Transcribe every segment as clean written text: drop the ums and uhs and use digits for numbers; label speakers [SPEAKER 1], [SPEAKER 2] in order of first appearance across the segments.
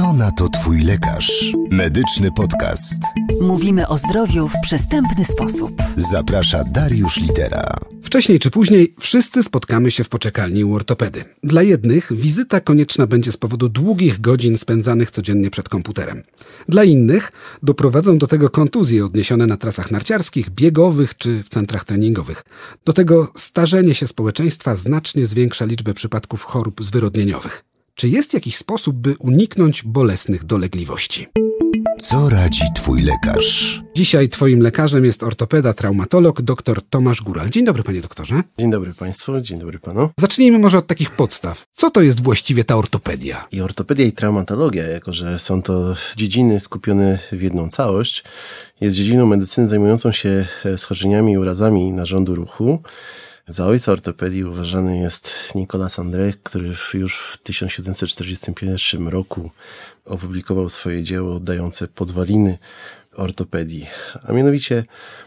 [SPEAKER 1] Co na to twój lekarz? Medyczny podcast.
[SPEAKER 2] Mówimy o zdrowiu w przystępny sposób.
[SPEAKER 1] Zaprasza Dariusz Litera.
[SPEAKER 3] Wcześniej czy później wszyscy spotkamy się w poczekalni u ortopedy. Dla jednych wizyta konieczna będzie z powodu długich godzin spędzanych codziennie przed komputerem. Dla innych doprowadzą do tego kontuzje odniesione na trasach narciarskich, biegowych czy w centrach treningowych. Do tego starzenie się społeczeństwa znacznie zwiększa liczbę przypadków chorób zwyrodnieniowych. Czy jest jakiś sposób, by uniknąć bolesnych dolegliwości?
[SPEAKER 1] Co radzi twój lekarz?
[SPEAKER 3] Dzisiaj twoim lekarzem jest ortopeda, traumatolog dr Tomasz Góral. Dzień dobry, panie doktorze.
[SPEAKER 4] Dzień dobry państwu, dzień dobry panu.
[SPEAKER 3] Zacznijmy może od takich podstaw. Co to jest właściwie ta ortopedia?
[SPEAKER 4] I ortopedia i traumatologia, jako że są to dziedziny skupione w jedną całość, jest dziedziną medycyny zajmującą się schorzeniami i urazami narządu ruchu. Za ojca ortopedii uważany jest Nicolas André, który już w 1741 roku opublikował swoje dzieło dające podwaliny ortopedii. A mianowicie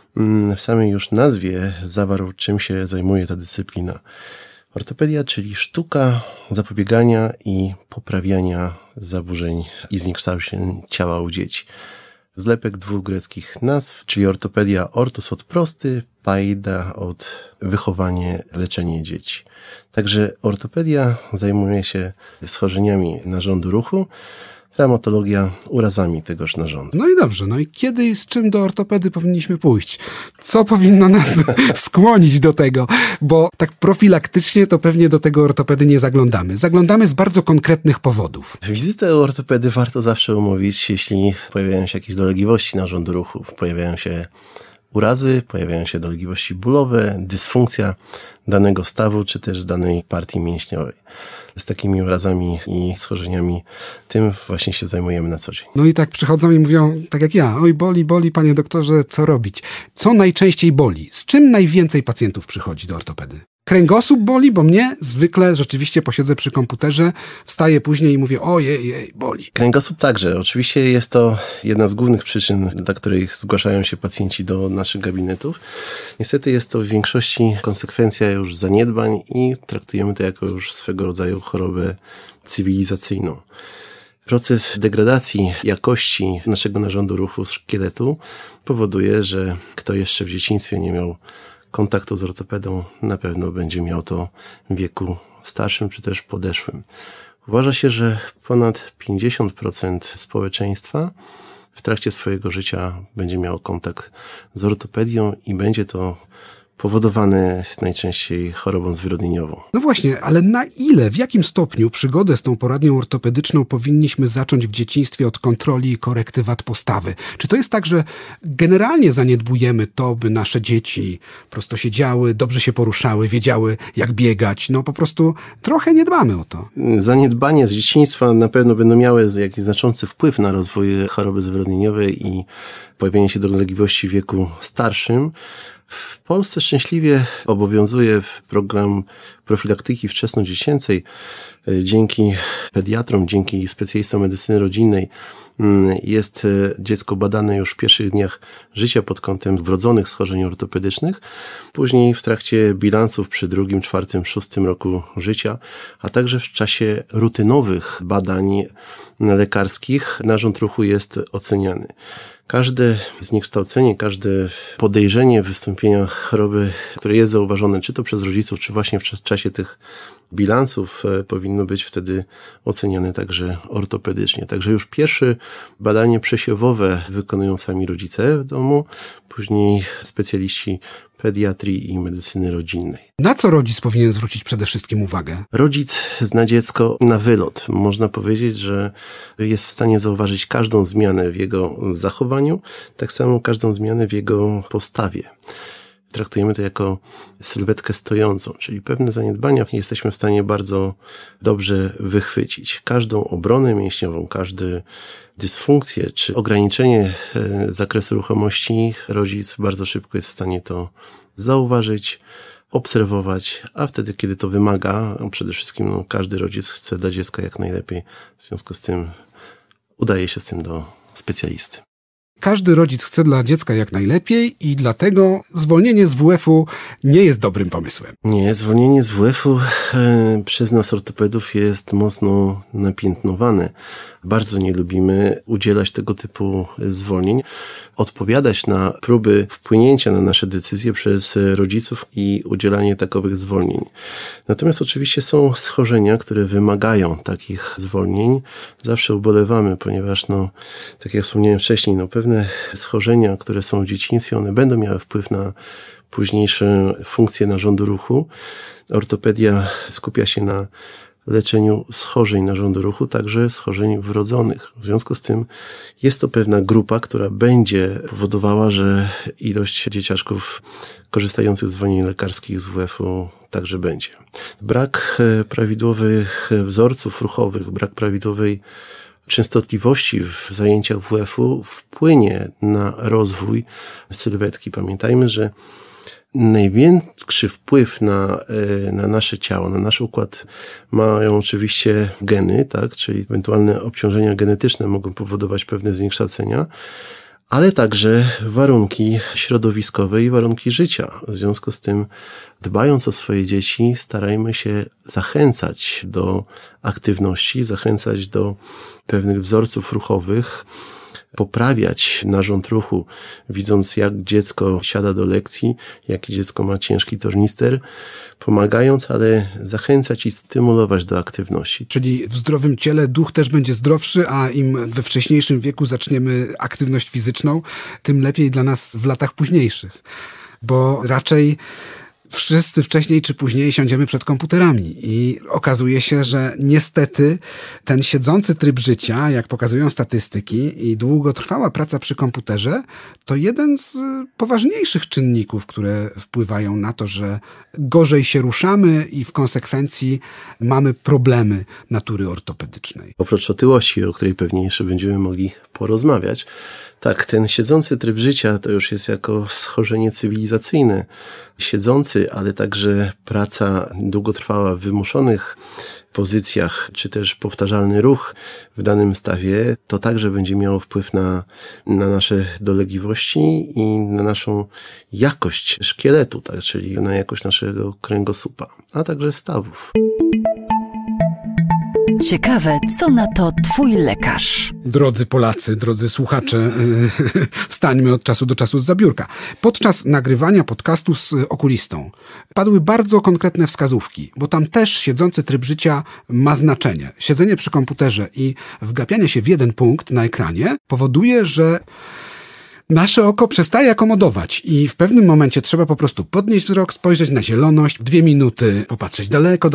[SPEAKER 4] w samej już nazwie zawarł, czym się zajmuje ta dyscyplina. Ortopedia, czyli sztuka zapobiegania i poprawiania zaburzeń i zniekształceń ciała u dzieci. Zlepek dwóch greckich nazw, czyli ortopedia, ortos od prosty, paida od wychowanie, leczenie dzieci. Także ortopedia zajmuje się schorzeniami narządu ruchu, traumatologia urazami tegoż narządu.
[SPEAKER 3] No i dobrze, no i kiedy i z czym do ortopedy powinniśmy pójść? Co powinno nas skłonić do tego? Bo tak profilaktycznie to pewnie do tego ortopedy nie zaglądamy. Zaglądamy z bardzo konkretnych powodów.
[SPEAKER 4] Wizytę u ortopedy warto zawsze umówić, jeśli pojawiają się jakieś dolegliwości narządu ruchu, pojawiają się urazy, pojawiają się dolegliwości bólowe, dysfunkcja danego stawu, czy też danej partii mięśniowej. Z takimi urazami i schorzeniami tym właśnie się zajmujemy na co dzień.
[SPEAKER 3] No i tak przychodzą i mówią, tak jak ja, oj boli, panie doktorze, co robić? Co najczęściej boli? Z czym najwięcej pacjentów przychodzi do ortopedy? Kręgosłup boli, bo mnie zwykle rzeczywiście posiedzę przy komputerze, wstaję później i mówię, ojej, boli.
[SPEAKER 4] Kręgosłup także. Oczywiście jest to jedna z głównych przyczyn, dla których zgłaszają się pacjenci do naszych gabinetów. Niestety jest to w większości konsekwencja już zaniedbań i traktujemy to jako już swego rodzaju chorobę cywilizacyjną. Proces degradacji jakości naszego narządu ruchu szkieletu powoduje, że kto jeszcze w dzieciństwie nie miał kontaktu z ortopedą, na pewno będzie miał to w wieku starszym czy też podeszłym. Uważa się, że ponad 50% społeczeństwa w trakcie swojego życia będzie miało kontakt z ortopedią i będzie to powodowane najczęściej chorobą zwyrodnieniową.
[SPEAKER 3] No właśnie, ale na ile, w jakim stopniu przygodę z tą poradnią ortopedyczną powinniśmy zacząć w dzieciństwie od kontroli i korekty wad postawy? Czy to jest tak, że generalnie zaniedbujemy to, by nasze dzieci prosto siedziały, dobrze się poruszały, wiedziały jak biegać? No po prostu trochę nie dbamy o to.
[SPEAKER 4] Zaniedbania z dzieciństwa na pewno będą miały jakiś znaczący wpływ na rozwój choroby zwyrodnieniowej i pojawienie się dolegliwości w wieku starszym. W Polsce szczęśliwie obowiązuje program profilaktyki wczesnodziecięcej. Dzięki pediatrom, dzięki specjalistom medycyny rodzinnej jest dziecko badane już w pierwszych dniach życia pod kątem wrodzonych schorzeń ortopedycznych. Później w trakcie bilansów przy 2., 4., 6. roku życia, a także w czasie rutynowych badań lekarskich narząd ruchu jest oceniany. Każde zniekształcenie, każde podejrzenie wystąpienia choroby, które jest zauważone, czy to przez rodziców, czy właśnie w czasie tych bilansów, powinno być wtedy oceniane także ortopedycznie. Także już pierwsze badanie przesiewowe wykonują sami rodzice w domu, później specjaliści pediatrii i medycyny rodzinnej.
[SPEAKER 3] Na co rodzic powinien zwrócić przede wszystkim uwagę?
[SPEAKER 4] Rodzic zna dziecko na wylot. Można powiedzieć, że jest w stanie zauważyć każdą zmianę w jego zachowaniu, tak samo każdą zmianę w jego postawie. Traktujemy to jako sylwetkę stojącą, czyli pewne zaniedbania jesteśmy w stanie bardzo dobrze wychwycić. Każdą obronę mięśniową, każdą dysfunkcję czy ograniczenie zakresu ruchomości rodzic bardzo szybko jest w stanie to zauważyć, obserwować, a wtedy, kiedy to wymaga, przede wszystkim każdy rodzic chce dla dziecka jak najlepiej, w związku z tym udaje się z tym do specjalisty.
[SPEAKER 3] Każdy rodzic chce dla dziecka jak najlepiej i dlatego zwolnienie z WF-u nie jest dobrym pomysłem.
[SPEAKER 4] Nie, zwolnienie z WF-u przez nas ortopedów jest mocno napiętnowane. Bardzo nie lubimy udzielać tego typu zwolnień, odpowiadać na próby wpłynięcia na nasze decyzje przez rodziców i udzielanie takowych zwolnień. Natomiast oczywiście są schorzenia, które wymagają takich zwolnień. Zawsze ubolewamy, ponieważ tak jak wspomniałem wcześniej, pewne schorzenia, które są w dzieciństwie, one będą miały wpływ na późniejsze funkcje narządu ruchu. Ortopedia skupia się na leczeniu schorzeń narządu ruchu, także schorzeń wrodzonych. W związku z tym jest to pewna grupa, która będzie powodowała, że ilość dzieciaczków korzystających z zwolnień lekarskich z WF-u także będzie. Brak prawidłowych wzorców ruchowych, brak prawidłowej częstotliwości w zajęciach WF-u wpłynie na rozwój sylwetki. Pamiętajmy, że największy wpływ na nasze ciało, na nasz układ mają oczywiście geny, tak? Czyli ewentualne obciążenia genetyczne mogą powodować pewne zniekształcenia, ale także warunki środowiskowe i warunki życia. W związku z tym, dbając o swoje dzieci, starajmy się zachęcać do aktywności, zachęcać do pewnych wzorców ruchowych, poprawiać narząd ruchu, widząc jak dziecko siada do lekcji, jakie dziecko ma ciężki tornister, pomagając, ale zachęcać i stymulować do aktywności.
[SPEAKER 3] Czyli w zdrowym ciele duch też będzie zdrowszy, a im we wcześniejszym wieku zaczniemy aktywność fizyczną, tym lepiej dla nas w latach późniejszych. Bo raczej wszyscy wcześniej czy później siądziemy przed komputerami i okazuje się, że niestety ten siedzący tryb życia, jak pokazują statystyki, i długotrwała praca przy komputerze, to jeden z poważniejszych czynników, które wpływają na to, że gorzej się ruszamy i w konsekwencji mamy problemy natury ortopedycznej.
[SPEAKER 4] Oprócz otyłości, o której pewnie jeszcze będziemy mogli porozmawiać, tak, ten siedzący tryb życia to już jest jako schorzenie cywilizacyjne. Siedzący, ale także praca długotrwała w wymuszonych pozycjach, czy też powtarzalny ruch w danym stawie, to także będzie miało wpływ na nasze dolegliwości i na naszą jakość szkieletu, tak, czyli na jakość naszego kręgosłupa, a także stawów.
[SPEAKER 2] Ciekawe, co na to twój lekarz?
[SPEAKER 3] Drodzy Polacy, drodzy słuchacze, wstańmy od czasu do czasu zza biurka. Podczas nagrywania podcastu z okulistą padły bardzo konkretne wskazówki, bo tam też siedzący tryb życia ma znaczenie. Siedzenie przy komputerze i wgapianie się w jeden punkt na ekranie powoduje, że nasze oko przestaje akomodować i w pewnym momencie trzeba po prostu podnieść wzrok, spojrzeć na zieloność, 2 minuty popatrzeć daleko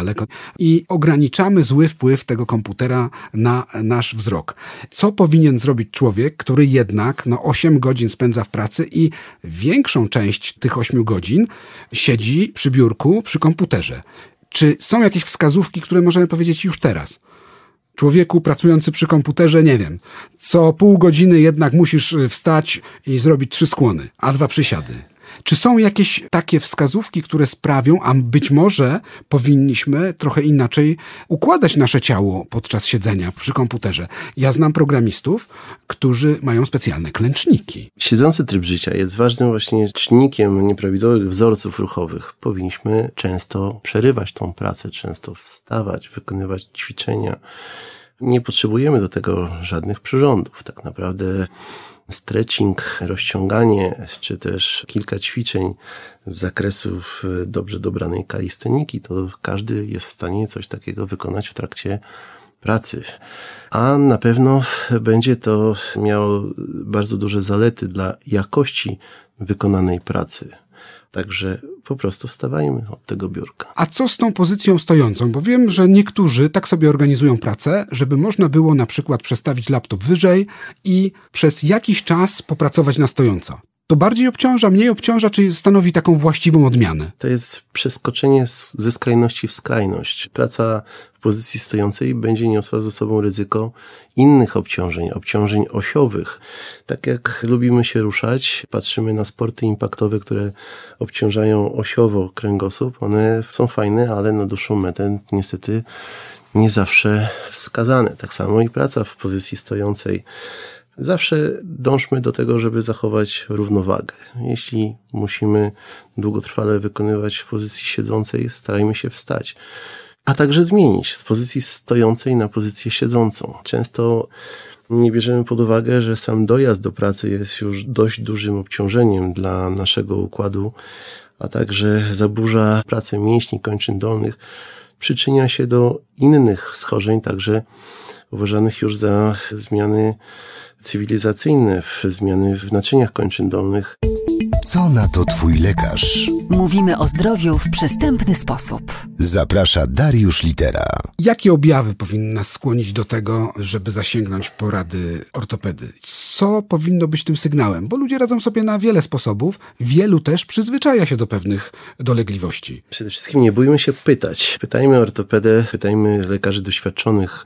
[SPEAKER 3] i ograniczamy zły wpływ tego komputera na nasz wzrok. Co powinien zrobić człowiek, który jednak 8 godzin spędza w pracy i większą część tych 8 godzin siedzi przy biurku, przy komputerze? Czy są jakieś wskazówki, które możemy powiedzieć już teraz? Człowieku pracujący przy komputerze, nie wiem, co pół godziny jednak musisz wstać i zrobić 3 skłony, a 2 przysiady. Czy są jakieś takie wskazówki, które sprawią, a być może powinniśmy trochę inaczej układać nasze ciało podczas siedzenia przy komputerze? Ja znam programistów, którzy mają specjalne klęczniki.
[SPEAKER 4] Siedzący tryb życia jest ważnym właśnie czynnikiem nieprawidłowych wzorców ruchowych. Powinniśmy często przerywać tą pracę, często wstawać, wykonywać ćwiczenia. Nie potrzebujemy do tego żadnych przyrządów. Tak naprawdę stretching, rozciąganie, czy też kilka ćwiczeń z zakresów dobrze dobranej kalisteniki, to każdy jest w stanie coś takiego wykonać w trakcie pracy. A na pewno będzie to miało bardzo duże zalety dla jakości wykonanej pracy. Także po prostu wstawajmy od tego biurka.
[SPEAKER 3] A co z tą pozycją stojącą? Bo wiem, że niektórzy tak sobie organizują pracę, żeby można było na przykład przestawić laptop wyżej i przez jakiś czas popracować na stojąco. To bardziej obciąża, mniej obciąża, czy stanowi taką właściwą odmianę?
[SPEAKER 4] To jest przeskoczenie ze skrajności w skrajność. Praca w pozycji stojącej będzie niosła ze sobą ryzyko innych obciążeń osiowych. Tak jak lubimy się ruszać, patrzymy na sporty impaktowe, które obciążają osiowo kręgosłup. One są fajne, ale na dłuższą metę niestety nie zawsze wskazane. Tak samo i praca w pozycji stojącej. Zawsze dążmy do tego, żeby zachować równowagę. Jeśli musimy długotrwale wykonywać w pozycji siedzącej, starajmy się wstać. A także zmienić z pozycji stojącej na pozycję siedzącą. Często nie bierzemy pod uwagę, że sam dojazd do pracy jest już dość dużym obciążeniem dla naszego układu, a także zaburza pracę mięśni kończyn dolnych, przyczynia się do innych schorzeń, także uważanych już za zmiany cywilizacyjne, zmiany w naczyniach kończyn dolnych.
[SPEAKER 1] Co na to twój lekarz?
[SPEAKER 2] Mówimy o zdrowiu w przystępny sposób.
[SPEAKER 1] Zaprasza Dariusz Litera.
[SPEAKER 3] Jakie objawy powinny nas skłonić do tego, żeby zasięgnąć porady ortopedy? Co powinno być tym sygnałem? Bo ludzie radzą sobie na wiele sposobów, wielu też przyzwyczaja się do pewnych dolegliwości.
[SPEAKER 4] Przede wszystkim nie bójmy się pytać. Pytajmy ortopedę, pytajmy lekarzy doświadczonych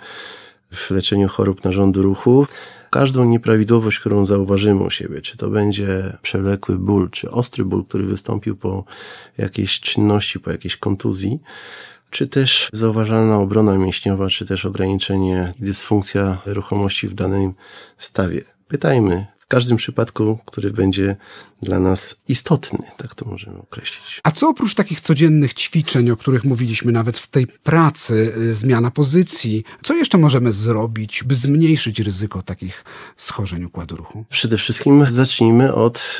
[SPEAKER 4] w leczeniu chorób narządu ruchu. Każdą nieprawidłowość, którą zauważymy u siebie, czy to będzie przewlekły ból, czy ostry ból, który wystąpił po jakiejś czynności, po jakiejś kontuzji, czy też zauważalna obrona mięśniowa, czy też ograniczenie i dysfunkcja ruchomości w danym stawie. Pytajmy w każdym przypadku, który będzie dla nas istotny, tak to możemy określić.
[SPEAKER 3] A co oprócz takich codziennych ćwiczeń, o których mówiliśmy nawet w tej pracy, zmiana pozycji, co jeszcze możemy zrobić, by zmniejszyć ryzyko takich schorzeń układu ruchu?
[SPEAKER 4] Przede wszystkim zacznijmy od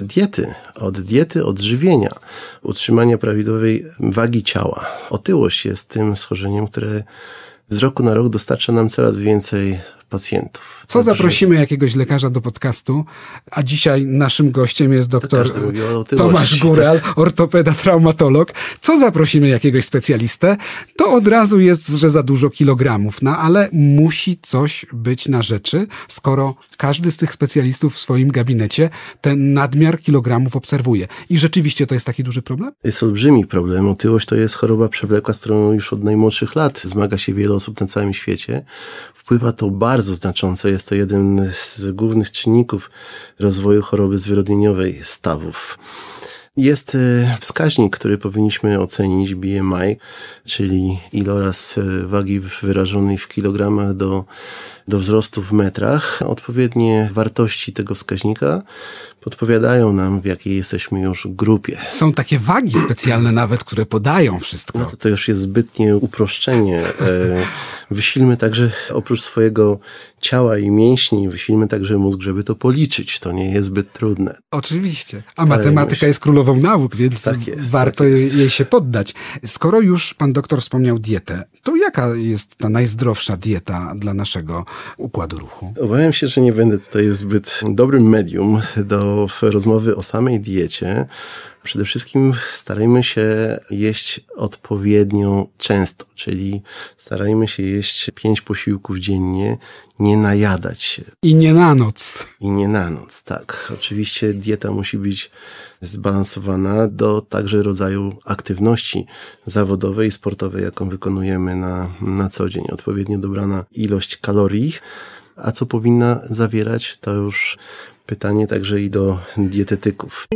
[SPEAKER 4] diety, odżywienia, utrzymania prawidłowej wagi ciała. Otyłość jest tym schorzeniem, które z roku na rok dostarcza nam coraz więcej pacjentów.
[SPEAKER 3] Co zaprosimy jakiegoś lekarza do podcastu, a dzisiaj naszym gościem jest doktor Tomasz Góral, ortopeda, traumatolog. Co zaprosimy jakiegoś specjalistę, to od razu jest, że za dużo kilogramów, no ale musi coś być na rzeczy, skoro każdy z tych specjalistów w swoim gabinecie ten nadmiar kilogramów obserwuje. I rzeczywiście to jest taki duży problem?
[SPEAKER 4] Jest olbrzymi problem. Otyłość to jest choroba przewlekła, z którą już od najmłodszych lat zmaga się wiele osób na całym świecie. Wpływa to bardzo znacząco. Jest to jeden z głównych czynników rozwoju choroby zwyrodnieniowej stawów. Jest wskaźnik, który powinniśmy ocenić, BMI, czyli iloraz wagi wyrażonej w kilogramach do wzrostu w metrach. Odpowiednie wartości tego wskaźnika podpowiadają nam, w jakiej jesteśmy już grupie.
[SPEAKER 3] Są takie wagi specjalne nawet, które podają wszystko.
[SPEAKER 4] No to już jest zbytnie uproszczenie. Wysilmy także oprócz swojego ciała i mięśni, wysilmy także mózg, żeby to policzyć. To nie jest zbyt trudne.
[SPEAKER 3] Oczywiście. A matematyka jest królową nauk, więc warto jej się poddać. Skoro już pan doktor wspomniał dietę, to jaka jest ta najzdrowsza dieta dla naszego układu ruchu?
[SPEAKER 4] Obawiam się, że nie będę tutaj zbyt dobrym medium do rozmowy o samej diecie. Przede wszystkim starajmy się jeść odpowiednio często, czyli starajmy się jeść 5 posiłków dziennie, nie najadać się.
[SPEAKER 3] I nie na noc.
[SPEAKER 4] I nie na noc, tak. Oczywiście dieta musi być zbalansowana do także rodzaju aktywności zawodowej i sportowej, jaką wykonujemy na co dzień. Odpowiednio dobrana ilość kalorii, a co powinna zawierać, to już pytanie także i do dietetyków.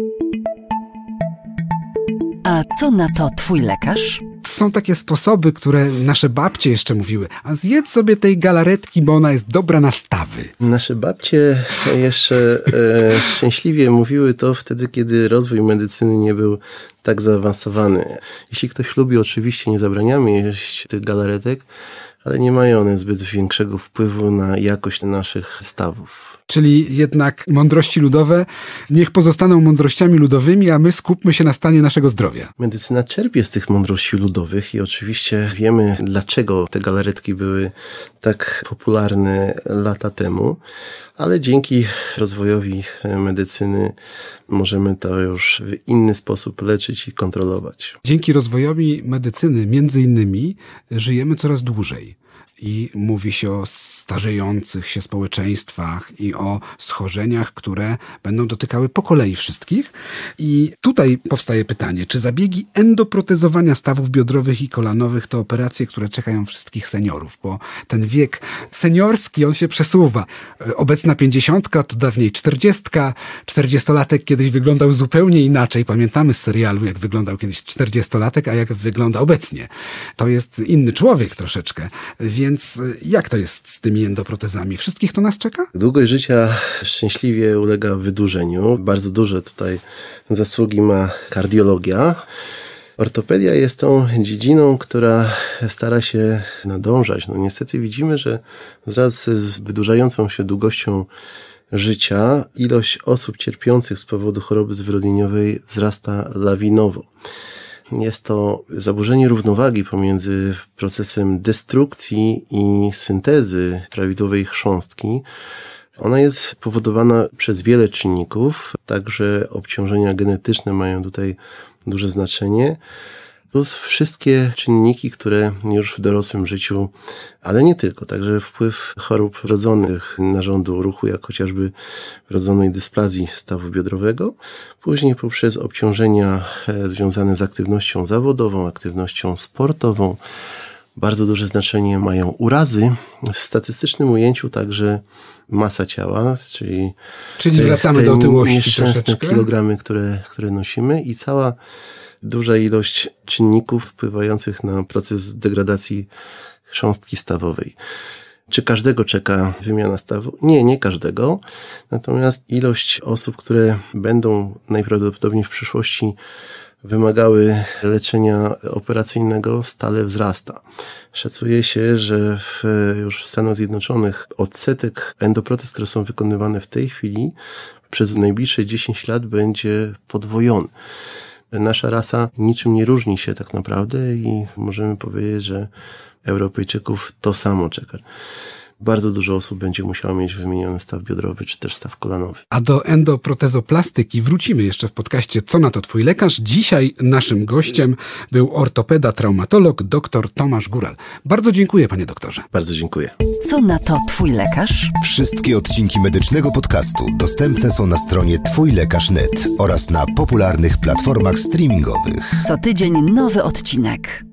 [SPEAKER 2] A co na to twój lekarz?
[SPEAKER 3] Są takie sposoby, które nasze babcie jeszcze mówiły. A zjedz sobie tej galaretki, bo ona jest dobra na stawy.
[SPEAKER 4] Nasze babcie jeszcze szczęśliwie mówiły to wtedy, kiedy rozwój medycyny nie był tak zaawansowany. Jeśli ktoś lubi, oczywiście nie zabraniamy jeść tych galaretek, ale nie mają one zbyt większego wpływu na jakość naszych stawów.
[SPEAKER 3] Czyli jednak mądrości ludowe niech pozostaną mądrościami ludowymi, a my skupmy się na stanie naszego zdrowia.
[SPEAKER 4] Medycyna czerpie z tych mądrości ludowych i oczywiście wiemy, dlaczego te galaretki były tak popularne lata temu, ale dzięki rozwojowi medycyny możemy to już w inny sposób leczyć i kontrolować.
[SPEAKER 3] Dzięki rozwojowi medycyny, między innymi, żyjemy coraz dłużej. I mówi się o starzejących się społeczeństwach i o schorzeniach, które będą dotykały po kolei wszystkich. I tutaj powstaje pytanie, czy zabiegi endoprotezowania stawów biodrowych i kolanowych to operacje, które czekają wszystkich seniorów? Bo ten wiek seniorski, on się przesuwa. Obecna 50 to dawniej 40. 40-latek kiedyś wyglądał zupełnie inaczej. Pamiętamy z serialu, jak wyglądał kiedyś 40-latek, a jak wygląda obecnie. To jest inny człowiek troszeczkę. Więc Więc jak to jest z tymi endoprotezami? Wszystkich to nas czeka?
[SPEAKER 4] Długość życia szczęśliwie ulega wydłużeniu. Bardzo duże tutaj zasługi ma kardiologia. Ortopedia jest tą dziedziną, która stara się nadążać. Niestety widzimy, że wraz z wydłużającą się długością życia ilość osób cierpiących z powodu choroby zwyrodnieniowej wzrasta lawinowo. Jest to zaburzenie równowagi pomiędzy procesem destrukcji i syntezy prawidłowej chrząstki. Ona jest powodowana przez wiele czynników, także obciążenia genetyczne mają tutaj duże znaczenie, plus wszystkie czynniki, które już w dorosłym życiu, ale nie tylko, także wpływ chorób wrodzonych narządu ruchu, jak chociażby wrodzonej dysplazji stawu biodrowego, później poprzez obciążenia związane z aktywnością zawodową, aktywnością sportową. Bardzo duże znaczenie mają urazy. W statystycznym ujęciu także masa ciała, czyli
[SPEAKER 3] wracamy do otyłości
[SPEAKER 4] nieszczęsne
[SPEAKER 3] troszeczkę.
[SPEAKER 4] kilogramy, które nosimy i cała duża ilość czynników wpływających na proces degradacji chrząstki stawowej. Czy każdego czeka wymiana stawu? Nie każdego. Natomiast ilość osób, które będą najprawdopodobniej w przyszłości wymagały leczenia operacyjnego, stale wzrasta. Szacuje się, że już w Stanach Zjednoczonych odsetek endoprotez, które są wykonywane w tej chwili, przez najbliższe 10 lat będzie podwojony. Nasza rasa niczym nie różni się tak naprawdę i możemy powiedzieć, że Europejczyków to samo czeka. Bardzo dużo osób będzie musiało mieć wymieniony staw biodrowy czy też staw kolanowy.
[SPEAKER 3] A do endoprotezoplastyki wrócimy jeszcze w podcaście Co na to twój lekarz? Dzisiaj naszym gościem był ortopeda, traumatolog dr Tomasz Góral. Bardzo dziękuję, panie doktorze.
[SPEAKER 4] Bardzo dziękuję.
[SPEAKER 2] Co na to twój lekarz?
[SPEAKER 1] Wszystkie odcinki medycznego podcastu dostępne są na stronie twójlekarz.net oraz na popularnych platformach streamingowych.
[SPEAKER 2] Co tydzień nowy odcinek.